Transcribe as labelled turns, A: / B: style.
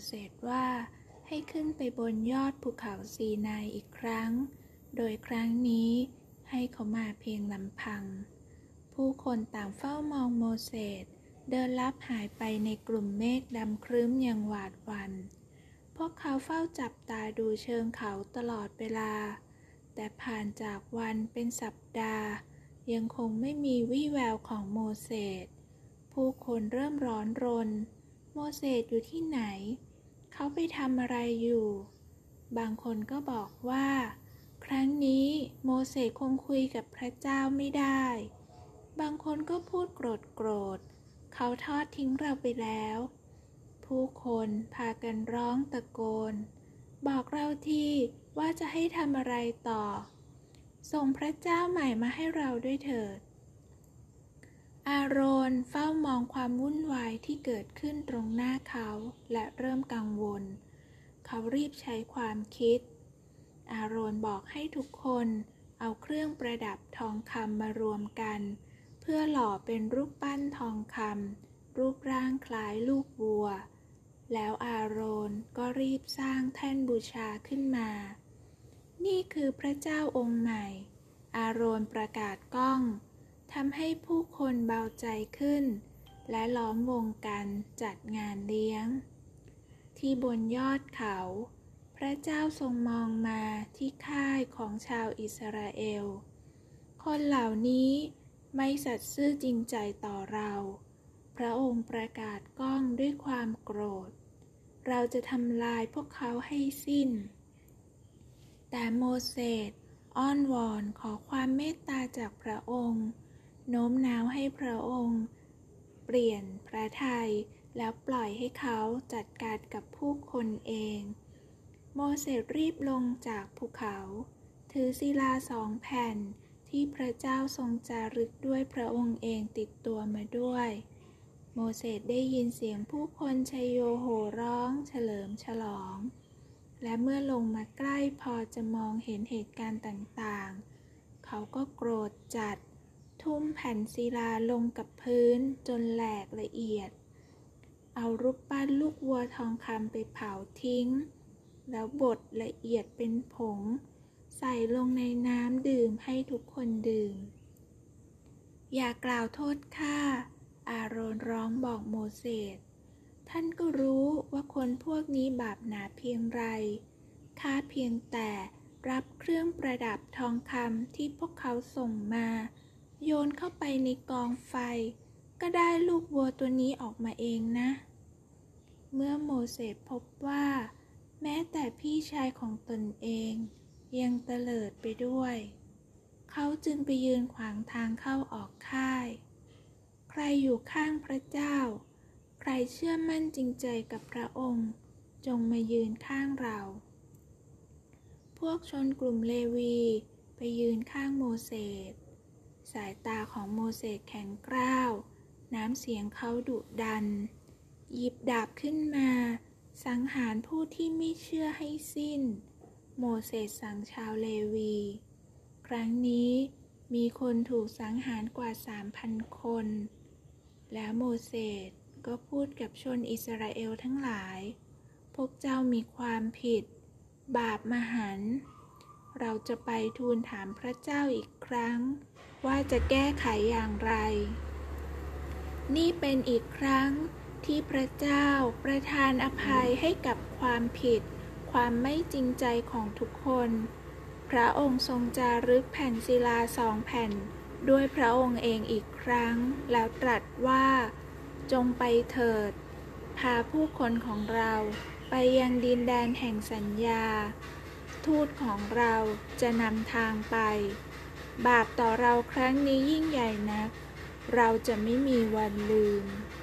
A: เสสว่าให้ขึ้นไปบนยอดภูเขาซีนายอีกครั้งโดยครั้งนี้ให้เขามาเพียงลำพังผู้คนต่างเฝ้ามองโมเสสเดินลับหายไปในกลุ่มเมฆดำครึ้มอย่างหวาดหวั่นพวกเขาเฝ้าจับตาดูเชิงเขาตลอดเวลาแต่ผ่านจากวันเป็นสัปดาห์ยังคงไม่มีวี่แววของโมเสสผู้คนเริ่มร้อนรนโมเสสอยู่ที่ไหนเขาไปทำอะไรอยู่บางคนก็บอกว่าครั้งนี้โมเสสคงคุยกับพระเจ้าไม่ได้บางคนก็พูดโกรธเขาทอดทิ้งเราไปแล้วผู้คนพากันร้องตะโกนบอกเราทีว่าจะให้ทำอะไรต่อส่งพระเจ้าใหม่มาให้เราด้วยเถิดอาโรนเฝ้ามองความวุ่นวายที่เกิดขึ้นตรงหน้าเขาและเริ่มกังวลเขารีบใช้ความคิดอาโรนบอกให้ทุกคนเอาเครื่องประดับทองคำมารวมกันเพื่อหล่อเป็นรูปปั้นทองคำรูปร่างคล้ายลูกวัวแล้วอาโรนก็รีบสร้างแท่นบูชาขึ้นมานี่คือพระเจ้าองค์ใหม่อาโรนประกาศก้องทำให้ผู้คนเบาใจขึ้นและล้อมวงกันจัดงานเลี้ยงที่บนยอดเขาพระเจ้าทรงมองมาที่ค่ายของชาวอิสราเอลคนเหล่านี้ไม่สัตย์ซื่อจริงใจต่อเราพระองค์ประกาศก้องด้วยความโกรธเราจะทำลายพวกเขาให้สิ้นแต่โมเสสอ้อนวอนขอความเมตตาจากพระองค์โน้มน้าวให้พระองค์เปลี่ยนพระทัยแล้วปล่อยให้เขาจัดการกับผู้คนเองโมเสสรีบลงจากภูเขาถือศิลา2 แผ่นที่พระเจ้าทรงจารึกด้วยพระองค์เองติดตัวมาด้วยโมเสสได้ยินเสียงผู้คนชัยโยโห่ร้องเฉลิมฉลองและเมื่อลงมาใกล้พอจะมองเห็นเหตุการณ์ต่างๆเขาก็โกรธจัดทุ่มแผ่นศิลาลงกับพื้นจนแหลกละเอียดเอารูปปั้นลูกวัวทองคำไปเผาทิ้งแล้วบดละเอียดเป็นผงใส่ลงในน้ำดื่มให้ทุกคนดื่มอย่ากล่าวโทษข้าอาโรนร้องบอกโมเสสท่านก็รู้ว่าคนพวกนี้บาปหนาเพียงไรข้าเพียงแต่รับเครื่องประดับทองคำที่พวกเขาส่งมาโยนเข้าไปในกองไฟก็ได้ลูกวัวตัวนี้ออกมาเองนะเมื่อโมเสสพบว่าแม้แต่พี่ชายของตนเองยังเตลิดไปด้วยเขาจึงไปยืนขวางทางเข้าออกค่ายใครอยู่ข้างพระเจ้าใครเชื่อมั่นจริงใจกับพระองค์จงมายืนข้างเราพวกชนกลุ่มเลวีไปยืนข้างโมเสสสายตาของโมเสสแข็งกร้าวน้ำเสียงเขาดุดันหยิบดาบขึ้นมาสังหารผู้ที่ไม่เชื่อให้สิ้นโมเสสสั่งชาวเลวีครั้งนี้มีคนถูกสังหารกว่า 3,000 คนแล้วโมเสสก็พูดกับชนอิสราเอลทั้งหลายพวกเจ้ามีความผิดบาปมหันต์เราจะไปทูลถามพระเจ้าอีกครั้งว่าจะแก้ไขอย่างไรนี่เป็นอีกครั้งที่พระเจ้าประทานอภัยให้กับความผิดความไม่จริงใจของทุกคนพระองค์ทรงจารึกแผ่นศิลา2 แผ่นด้วยพระองค์เองอีกครั้งแล้วตรัสว่าจงไปเถิดพาผู้คนของเราไปยังดินแดนแห่งสัญญาทูตของเราจะนำทางไปบาปต่อเราครั้งนี้ยิ่งใหญ่นักเราจะไม่มีวันลืม